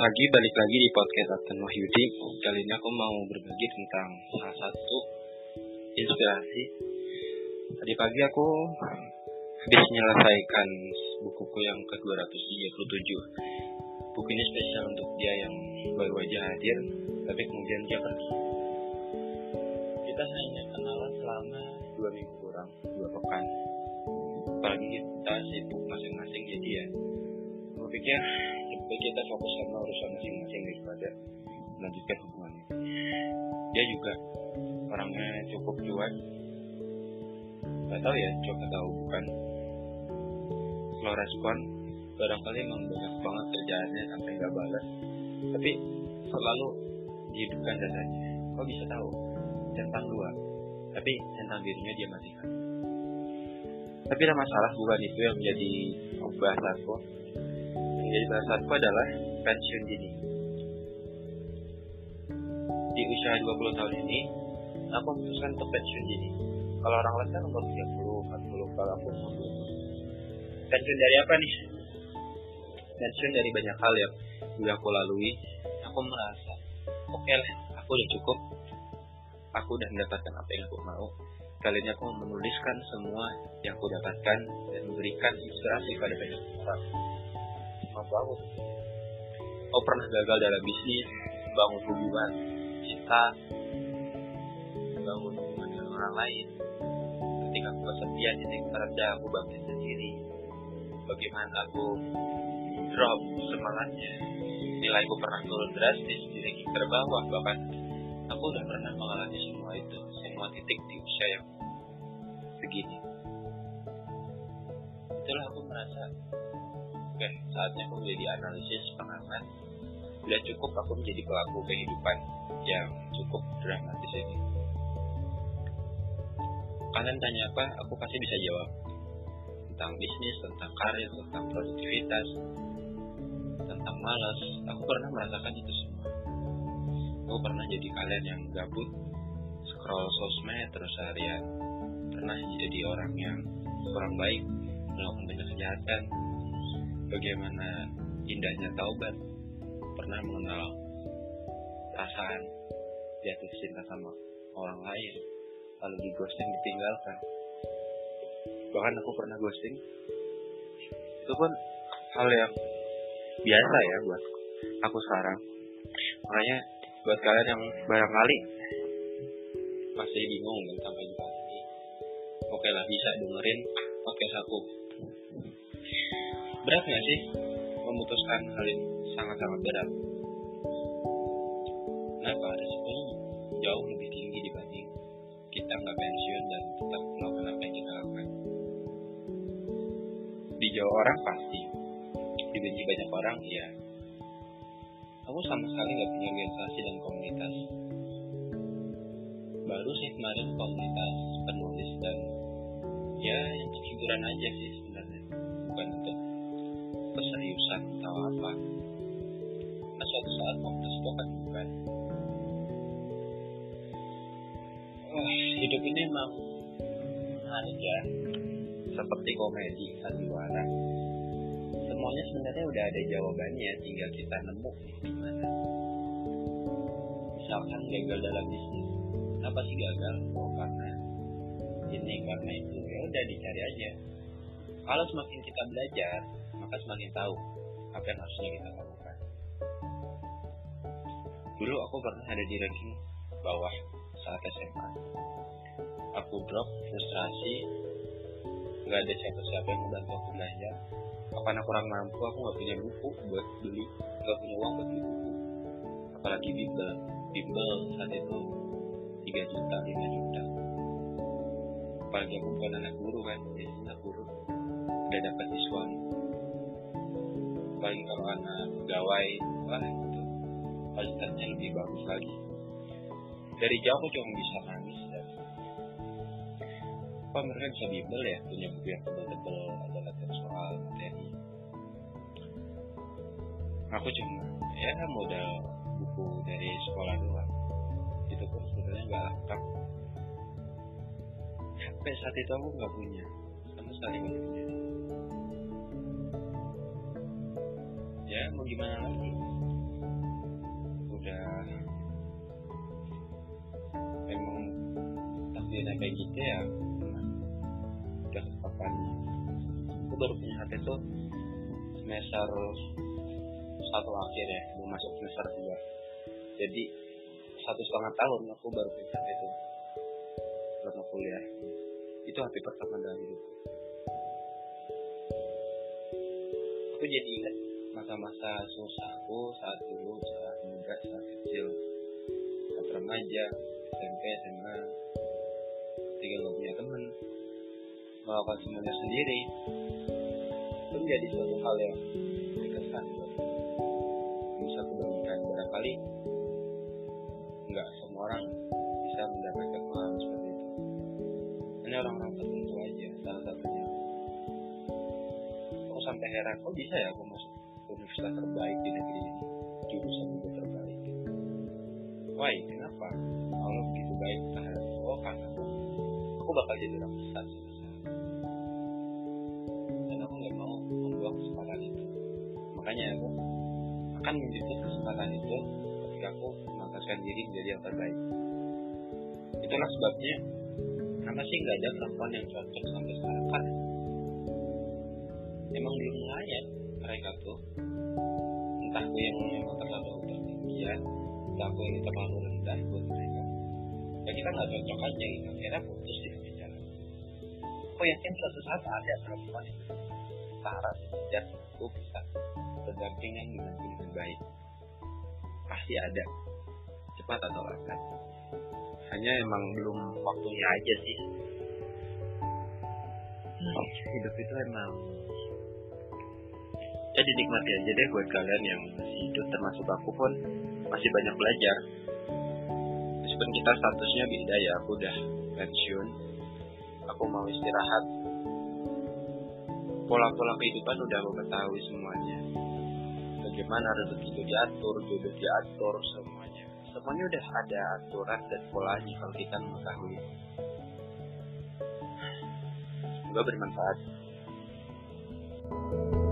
pagi, balik lagi di podcast Adnan Wahyudi. Kali ini aku mau berbagi tentang salah satu inspirasi. Tadi pagi aku habis menyelesaikan bukuku yang ke-237. Buku ini spesial untuk dia yang baru aja hadir, tapi kemudian dia pergi. Kita hanya kenalan selama 2 minggu kurang, 2 pekan. Apalagi kita sibuk masing-masing, jadi ya aku pikir lebih kita fokus sama urusan masing-masing daripada melanjutkan hubungannya. Dia juga orangnya cukup cuek, gak tahu ya, coba tahu bukan. Slow respon, barangkali emang banyak banget kerjaannya sampai gak balas, tapi selalu dihidupkan dasarnya. Kok bisa tahu? Centang 2, tapi centang birunya dia matikan. Tapi ada masalah, bukan itu yang menjadi bahasanku. Jadi bahasanku adalah pensiun dini. Di usia 20 tahun ini, aku memutuskan untuk pensiun dini. Kalau orang lain kan umur 30, 40, kalau aku umur 20. Pensiun dari apa nih? Pensiun dari banyak hal yang sudah aku lalui. Aku merasa, oke lah, aku udah cukup. Aku udah mendapatkan apa yang aku mau. Kali ini aku menuliskan semua yang aku dapatkan dan memberikan inspirasi pada banyak orang. Mampu aku. Kau pernah gagal dalam bisnis, bangun hubungan cinta, bangun hubungan dengan orang lain. Ketika aku kesepian di titik terendah, aku bangkit sendiri. Bagaimana aku drop semangatnya. Nilaiku pernah turun drastis di ranking terbawah. Bahkan aku udah pernah mengalami semua itu, semua titik di usia yang begini. Itulah aku merasa oke, saatnya aku menjadi analisis pengamat. Sudah cukup aku menjadi pelaku kehidupan yang cukup dramatis ini. Kalian tanya apa, aku pasti bisa jawab. Tentang bisnis, tentang karir, tentang produktivitas, tentang malas. Aku pernah merasakan itu semua. Aku pernah jadi kalian yang gabut, scroll sosmed terus seharian. Pernah jadi orang yang kurang baik, melakukan banyak kejahatan. Bagaimana indahnya taubat. Pernah mengenal perasaan jatuh cinta sama orang lain, lalu di ghosting, ditinggalkan. Bahkan aku pernah ghosting. Itu pun hal yang biasa ya buat aku sekarang. Makanya buat kalian yang barangkali masih bingung tentang kehidupan ini, oke lah, bisa dengerin podcast aku. Berat gak sih memutuskan hal ini? Sangat-sangat berat. Kenapa? Resikonya jauh lebih tinggi dibanding kita nggak pensiun dan tetap melakukan apa yang kita lakukan. Dijauh orang pasti, dibenci banyak orang, ya. Aku sama sekali nggak punya organisasi dan komunitas. Baru sih kemarin komunitas penulis dan ya yang hiburan aja sih sebenarnya, bukan untuk keseriusan atau apa. Nah, suatu saat komunitas itu akan bukan. Hidup ini emang menarik ya, seperti komedi sandiwara. Semuanya sebenarnya udah ada jawabannya, tinggal kita nemu di mana. Misalkan gagal dalam bisnis, apa sih gagal? Oh, karena ini, karena itu. Ya udah, dicari aja. Kalau semakin kita belajar, maka semakin tahu apa yang harusnya kita lakukan. Dulu aku pernah ada di ranking bawah saat SMA. Aku drop, frustrasi, gak ada siapa-siapa yang membantu aku belajar. Karena kurang mampu, aku gak punya buku buat beli, gak punya uang buat beli buku. Apalagi bimbel saat itu 3 juta, 5 juta. Apalagi aku bukan anak guru kan, jadi anak guru udah dapat diskon. Apalagi kalau anak pegawai, wah itu kualitasnya lebih bagus lagi. Dari jauh aku cuma bisa nangis dan apa mereka bisa bimbel ya, punya buku yang tebel-tebel, ada latihan soal, materi. Aku cuma ya modal buku dari sekolah doang. Itu pun sebenarnya nggak lengkap. Sampai saat itu aku nggak punya, sama sekali nggak punya. Ya mau gimana lagi? udah emang takdirnya kayak gitu ya, udah kapannya. Aku baru punya HP tuh semester 1 akhir ya, mau masuk semester 2. Jadi 1,5 tahun aku baru punya HP tuh selama kuliah. Itu HP pertama dalam hidupku. Aku jadi ingat masa-masa susahku saat dulu, saat muda, saat kecil, saat remaja, SMP, SMA, ketika gak punya temen, melakukan semuanya sendiri. Itu menjadi suatu hal yang berkesan buat bisa aku bagikan. Barangkali nggak semua orang bisa mendapatkan hal seperti itu. Ini orang-orang tertentu aja, salah satunya. Aku sampai heran, kok bisa ya aku masuk universitas terbaik di negeri ini, jurusan juga terbaik. Why? Kenapa? Kalau begitu baik terhadap karena aku bakal jadi orang besar. Dan aku nggak mau membuang kesempatan itu. Makanya aku akan menjemput kesempatan itu ketika aku memantaskan diri menjadi yang terbaik. Itulah sebabnya kenapa sih nggak ada perempuan yang cocok sampai sekarang, kan emang belum layak mereka tuh. Entah aku yang memang terlalu ketinggian, entah aku yang terlalu rendah buat mereka. Ya kita nggak cocok aja gitu, akhirnya putus di tengah jalan. Aku yakin suatu saat ada perempuan yang setara dan aku bisa berdampingan dengan baik. Pasti ada, cepat atau lambat. Hanya emang belum waktunya aja sih. Hidup itu emang ya dinikmati aja deh buat kalian yang masih hidup, termasuk aku pun masih banyak belajar. Meskipun kita statusnya beda ya, aku udah pensiun, aku mau istirahat. Pola-pola kehidupan udah aku ketahui semuanya. Bagaimana rezeki itu diatur, jodoh diatur, semuanya udah ada aturan dan polanya kalau kita mengetahui. Semoga bermanfaat.